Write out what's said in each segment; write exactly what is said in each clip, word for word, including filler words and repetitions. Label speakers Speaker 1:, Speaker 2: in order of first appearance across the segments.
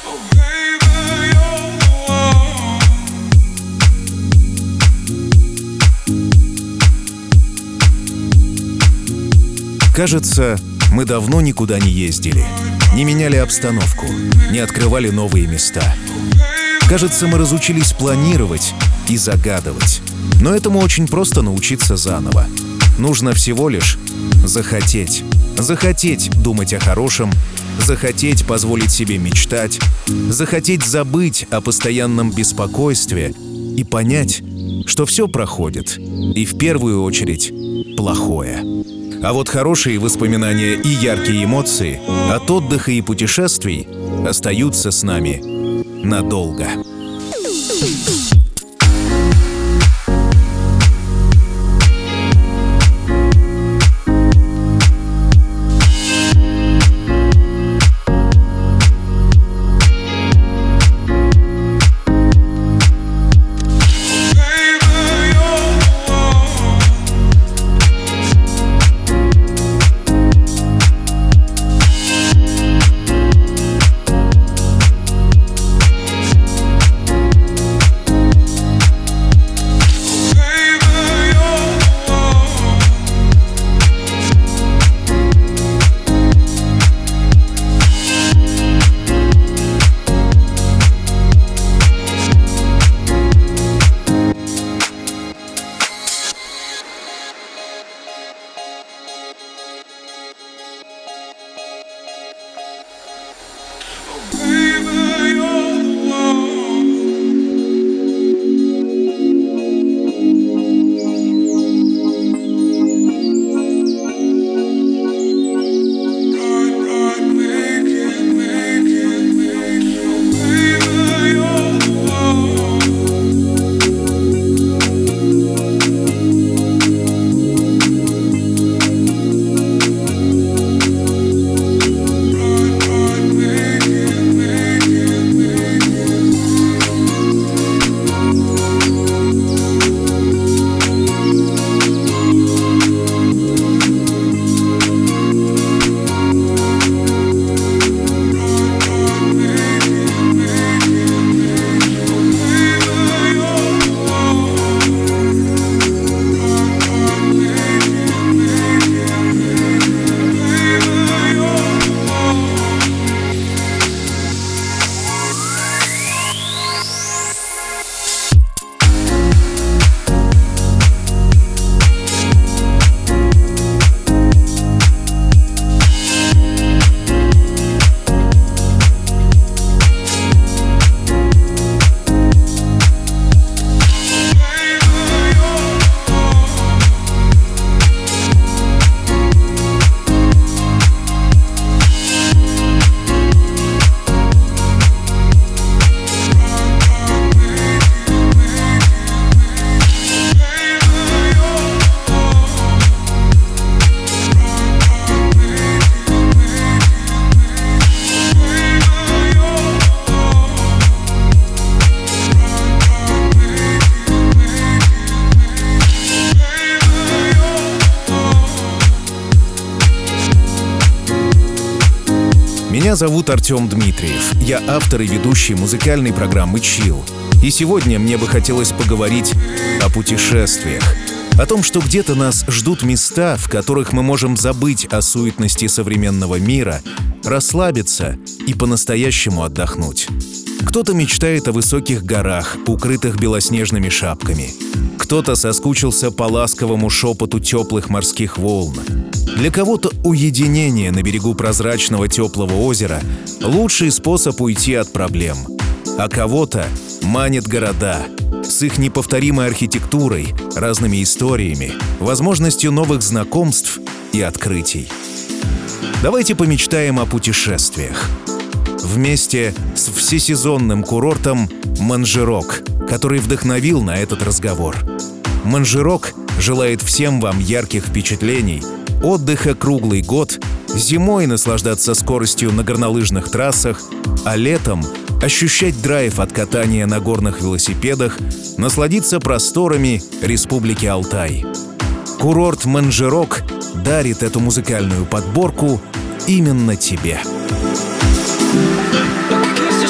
Speaker 1: Кажется, мы давно никуда не ездили, не меняли обстановку, не открывали новые места. Кажется, мы разучились планировать и загадывать. Но этому очень просто научиться заново. Нужно всего лишь захотеть. Захотеть думать о хорошем, захотеть позволить себе мечтать, захотеть забыть о постоянном беспокойстве и понять, что все проходит, и в первую очередь плохое. А вот хорошие воспоминания и яркие эмоции от отдыха и путешествий остаются с нами надолго. Меня зовут Артем Дмитриев. Я автор и ведущий музыкальной программы «Чилл». И сегодня мне бы хотелось поговорить о путешествиях. О том, что где-то нас ждут места, в которых мы можем забыть о суетности современного мира, расслабиться и по-настоящему отдохнуть. Кто-то мечтает о высоких горах, укрытых белоснежными шапками. Кто-то соскучился по ласковому шепоту теплых морских волн. Для кого-то уединение на берегу прозрачного теплого озера – лучший способ уйти от проблем. А кого-то манят города с их неповторимой архитектурой, разными историями, возможностью новых знакомств и открытий. Давайте помечтаем о путешествиях. Вместе с всесезонным курортом «Манжерок», который вдохновил на этот разговор. «Манжерок» желает всем вам ярких впечатлений, отдыха круглый год, зимой наслаждаться скоростью на горнолыжных трассах, а летом ощущать драйв от катания на горных велосипедах, насладиться просторами Республики Алтай. Курорт «Манжерок» дарит эту музыкальную подборку именно тебе.
Speaker 2: Kiss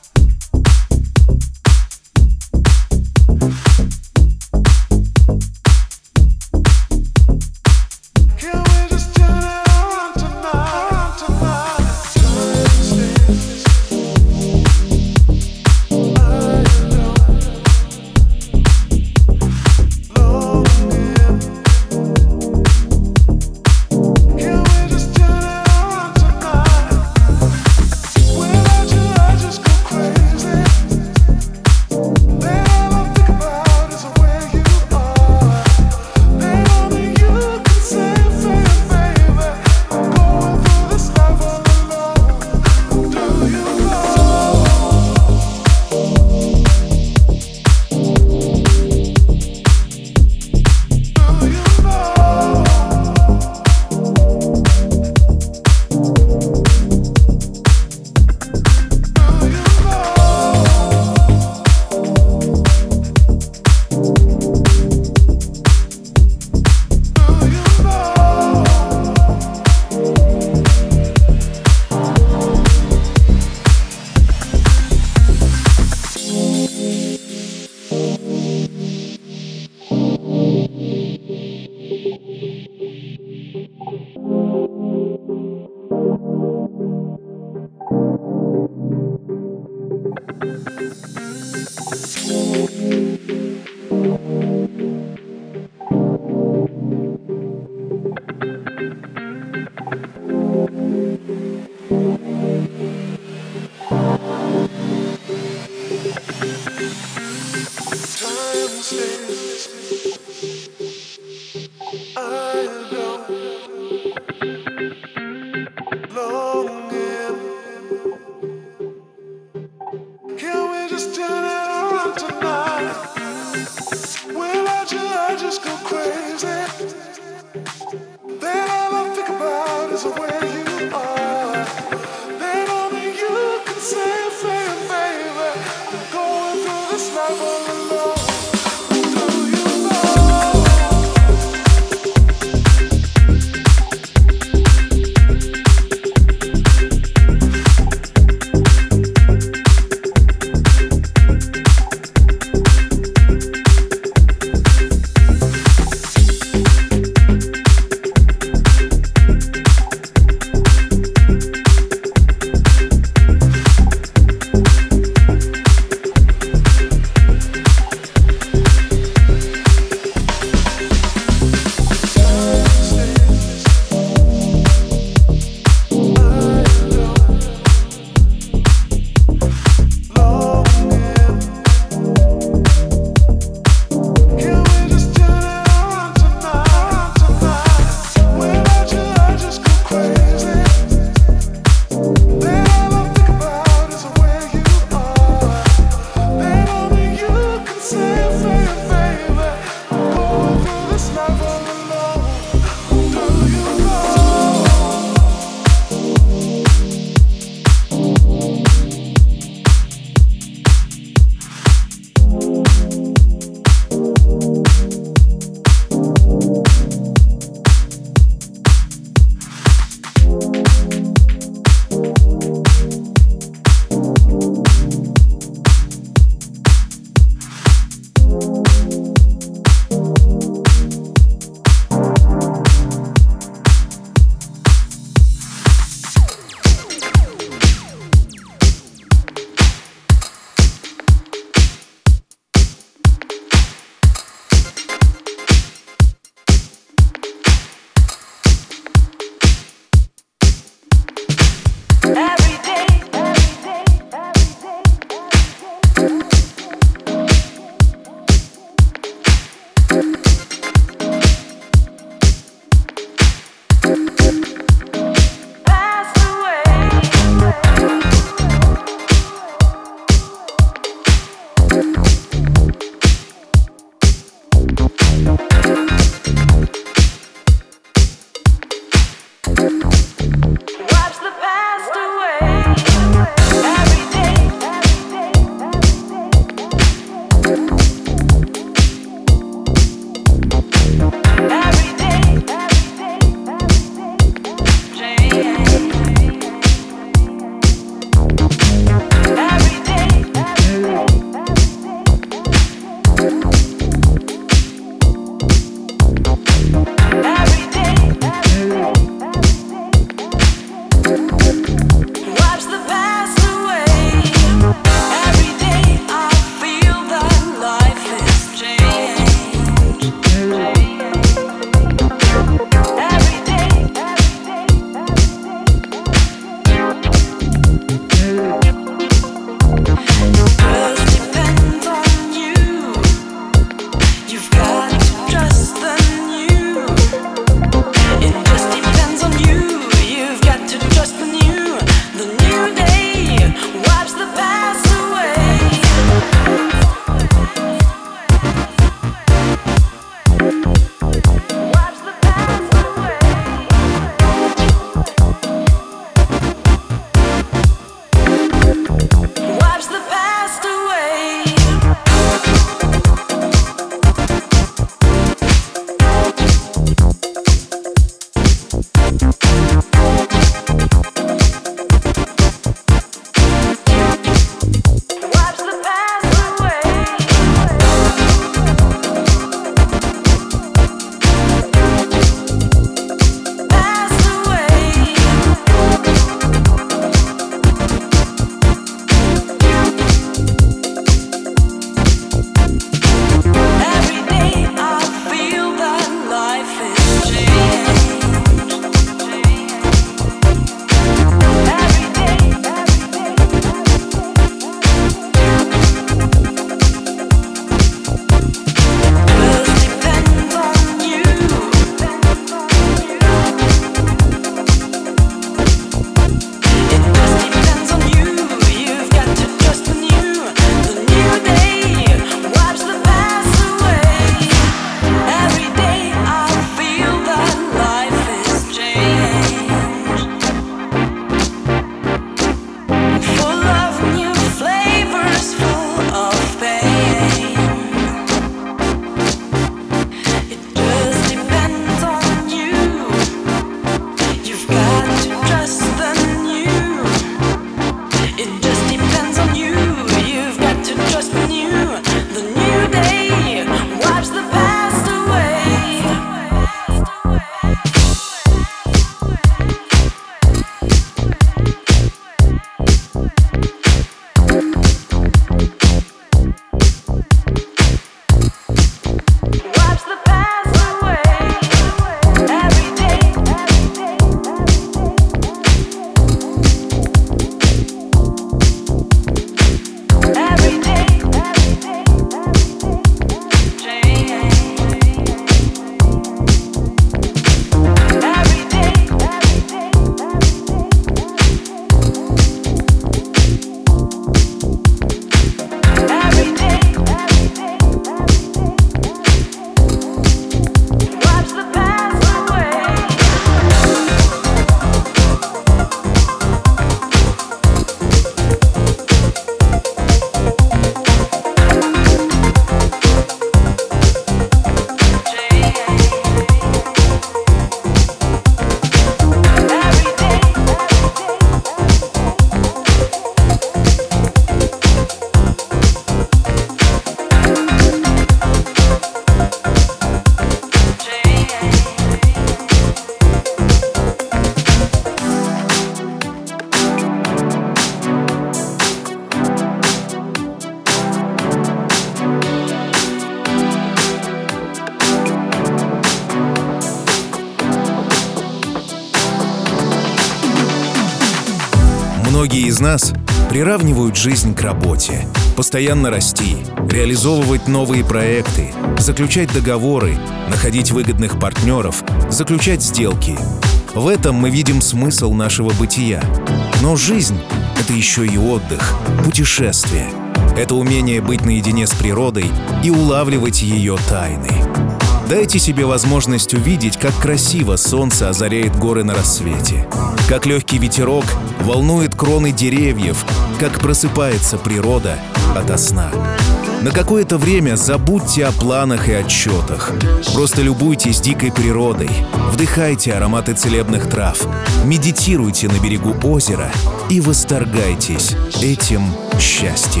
Speaker 1: Многие из нас приравнивают жизнь к работе. Постоянно расти, реализовывать новые проекты, заключать договоры, находить выгодных партнеров, заключать сделки. В этом мы видим смысл нашего бытия. Но жизнь — это еще и отдых, путешествие. Это умение быть наедине с природой и улавливать ее тайны. Дайте себе возможность увидеть, как красиво солнце озаряет горы на рассвете, как легкий ветерок волнует кроны деревьев, как просыпается природа ото сна. На какое-то время забудьте о планах и отчетах. Просто любуйтесь дикой природой, вдыхайте ароматы целебных трав, медитируйте на берегу озера и восторгайтесь этим счастьем.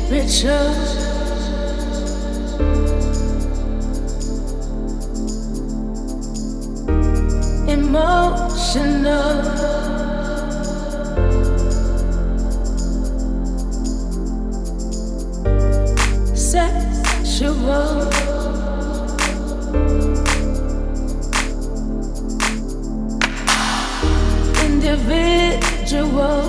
Speaker 2: spiritual, emotional, sexual, individual.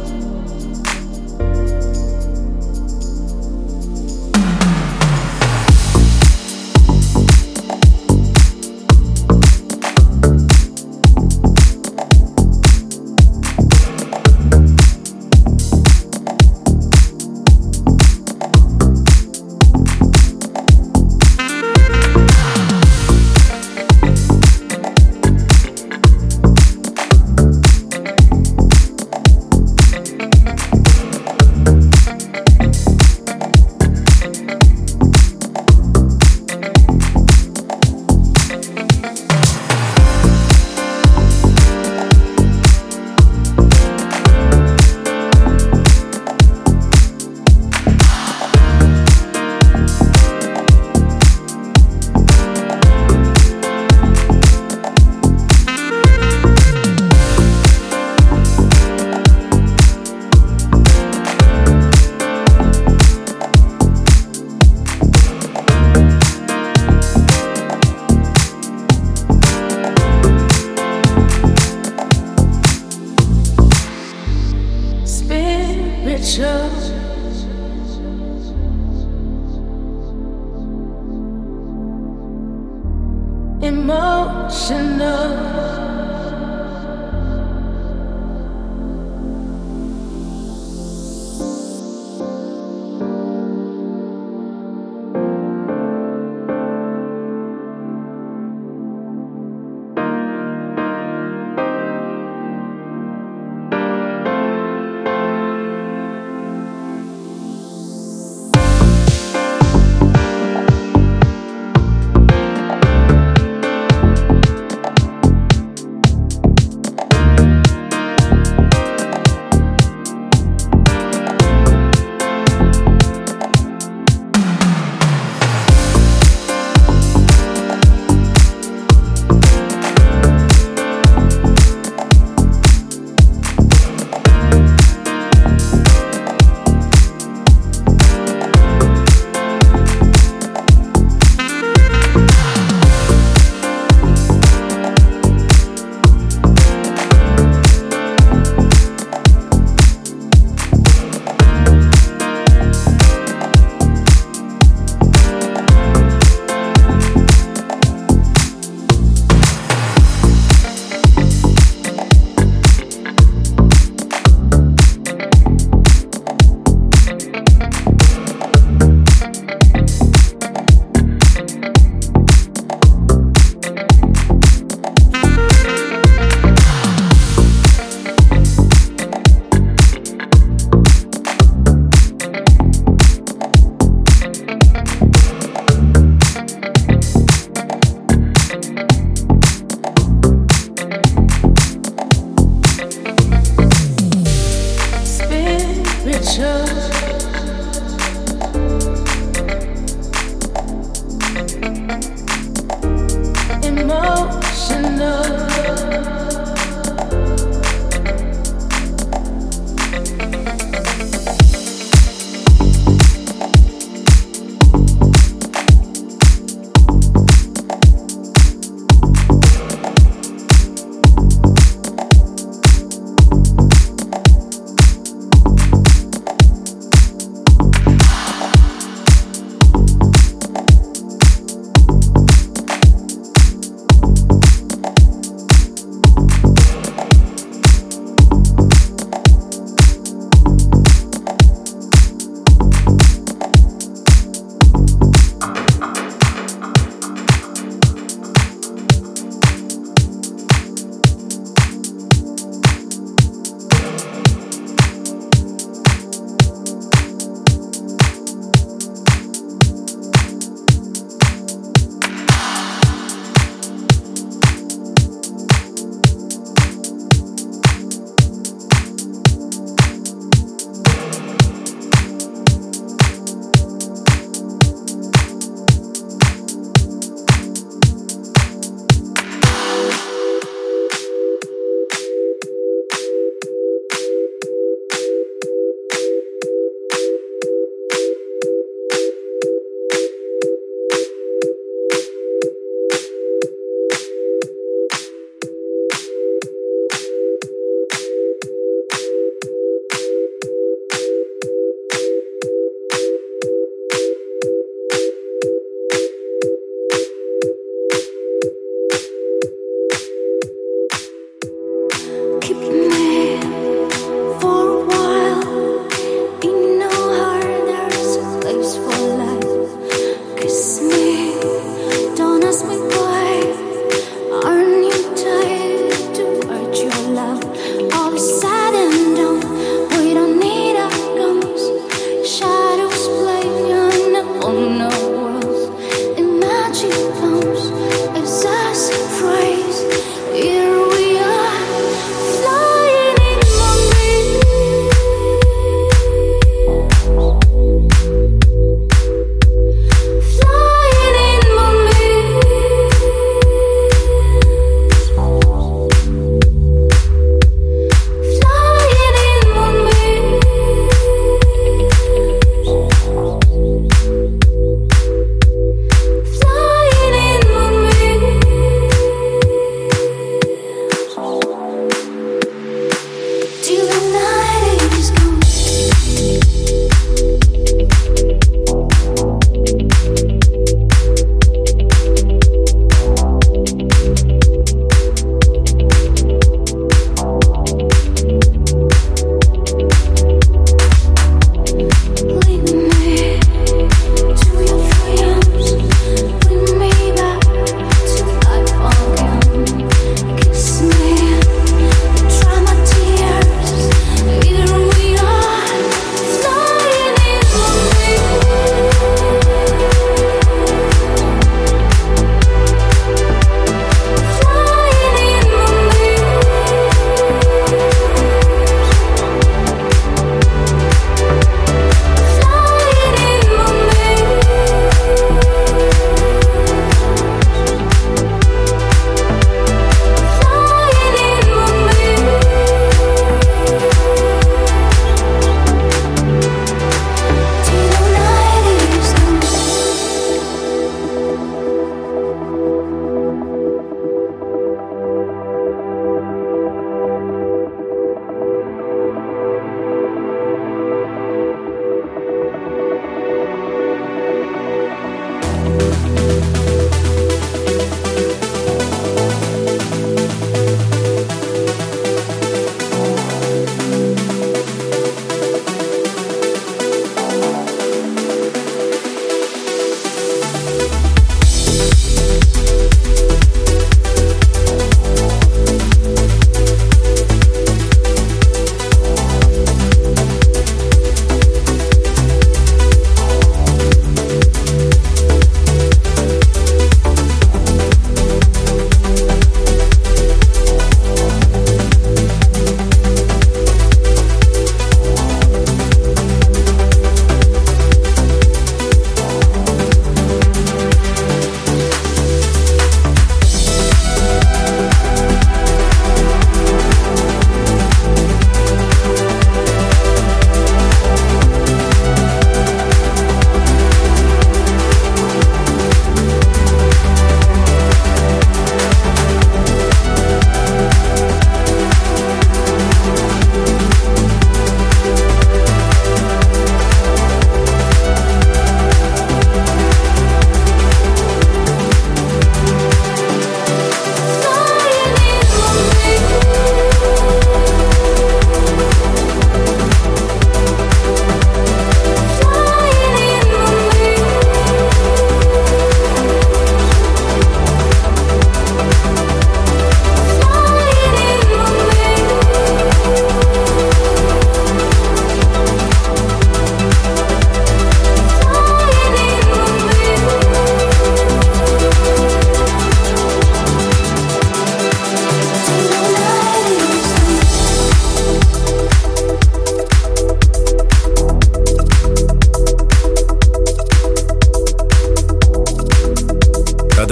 Speaker 2: Spiritual, emotional.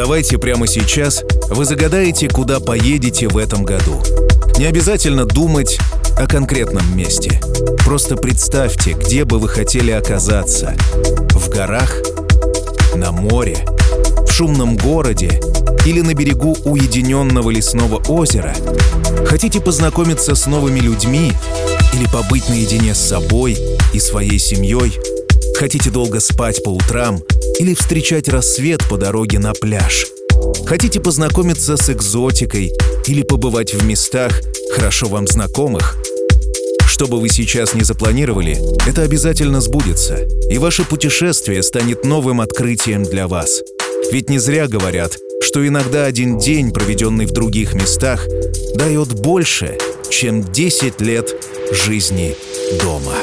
Speaker 1: давайте прямо сейчас вы загадаете, куда поедете в этом году. Не обязательно думать о конкретном месте. Просто представьте, где бы вы хотели оказаться. В горах, на море, в шумном городе или на берегу уединенного лесного озера. Хотите познакомиться с новыми людьми или побыть наедине с собой и своей семьей? Хотите долго спать по утрам или встречать рассвет по дороге на пляж? Хотите познакомиться с экзотикой или побывать в местах, хорошо вам знакомых? Что бы вы сейчас ни запланировали, это обязательно сбудется, и ваше путешествие станет новым открытием для вас. Ведь не зря говорят, что иногда один день, проведенный в других местах, дает больше, чем десять лет жизни дома.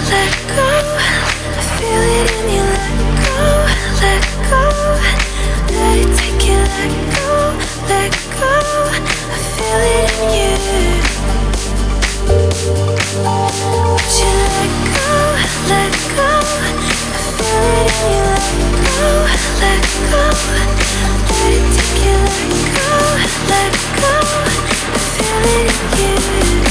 Speaker 2: let go. I feel it in you, let go, let go. Let it take you, let go, let go. I feel it in you. Would you let go, let go? I feel it in you, let go, let go. Let it take you, let go, let go. I feel it in you.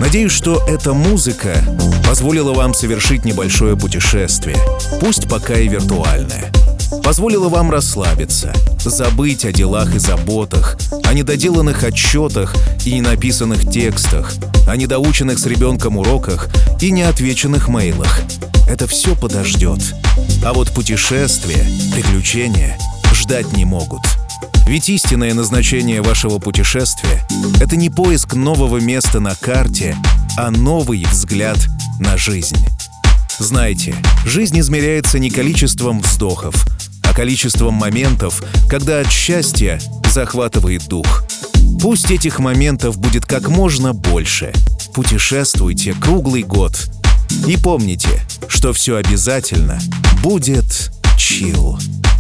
Speaker 1: Надеюсь, что эта музыка позволила вам совершить небольшое путешествие, пусть пока и виртуальное. Позволила вам расслабиться, забыть о делах и заботах, о недоделанных отчетах и ненаписанных текстах, о недоученных с ребенком уроках и неотвеченных мейлах. Это все подождет. А вот путешествия, приключения ждать не могут. Ведь истинное назначение вашего путешествия — это не поиск нового места на карте, а новый взгляд на жизнь. Знайте, жизнь измеряется не количеством вздохов, а количеством моментов, когда от счастья захватывает дух. Пусть этих моментов будет как можно больше. Путешествуйте круглый год. И помните, что все обязательно будет чилл.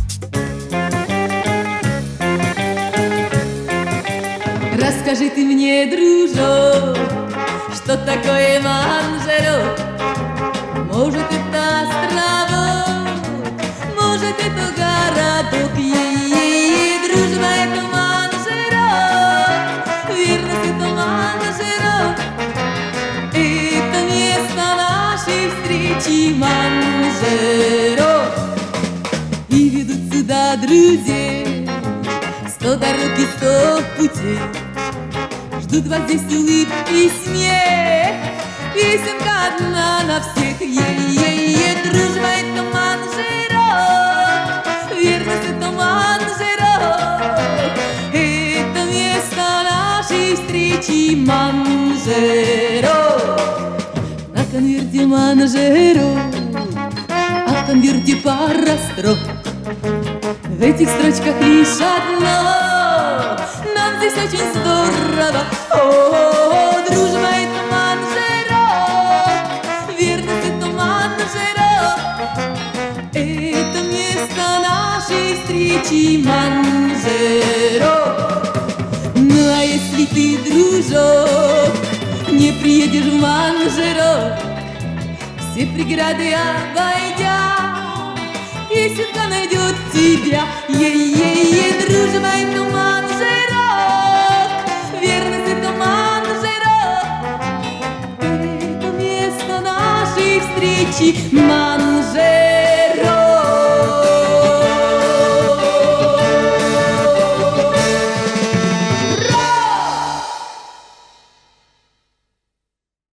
Speaker 3: Расскажи ты мне, дружок, что такое Манжеро? Может, это островок, может, это городок. Е-е-е, дружба, это Манжеро, верность, это Манжеро. Это место нашей встречи, Манжеро. И ведут сюда друзей сто дорог и сто путей. Ждут вас здесь улыбки и смех, песенка одна на всех. Е-е-е, дружба, это Манжеро, верность, это Манжеро. Это место нашей встречи, Манжеро. На конверте Манжеро, а в конверте пара строк. В этих строчках лишь одно: нам здесь очень здорово. О, дружба, это Манжеро, верность, это Манжеро. Это место нашей встречи, Манжеро. Ну а если ты, дружок, не приедешь в Манжеро, все преграды обойдя, песенка найдет тебя. Е-е-е, дружба, это Манжеро, верность, это Манжеро. Это место нашей встречи, Манжеро.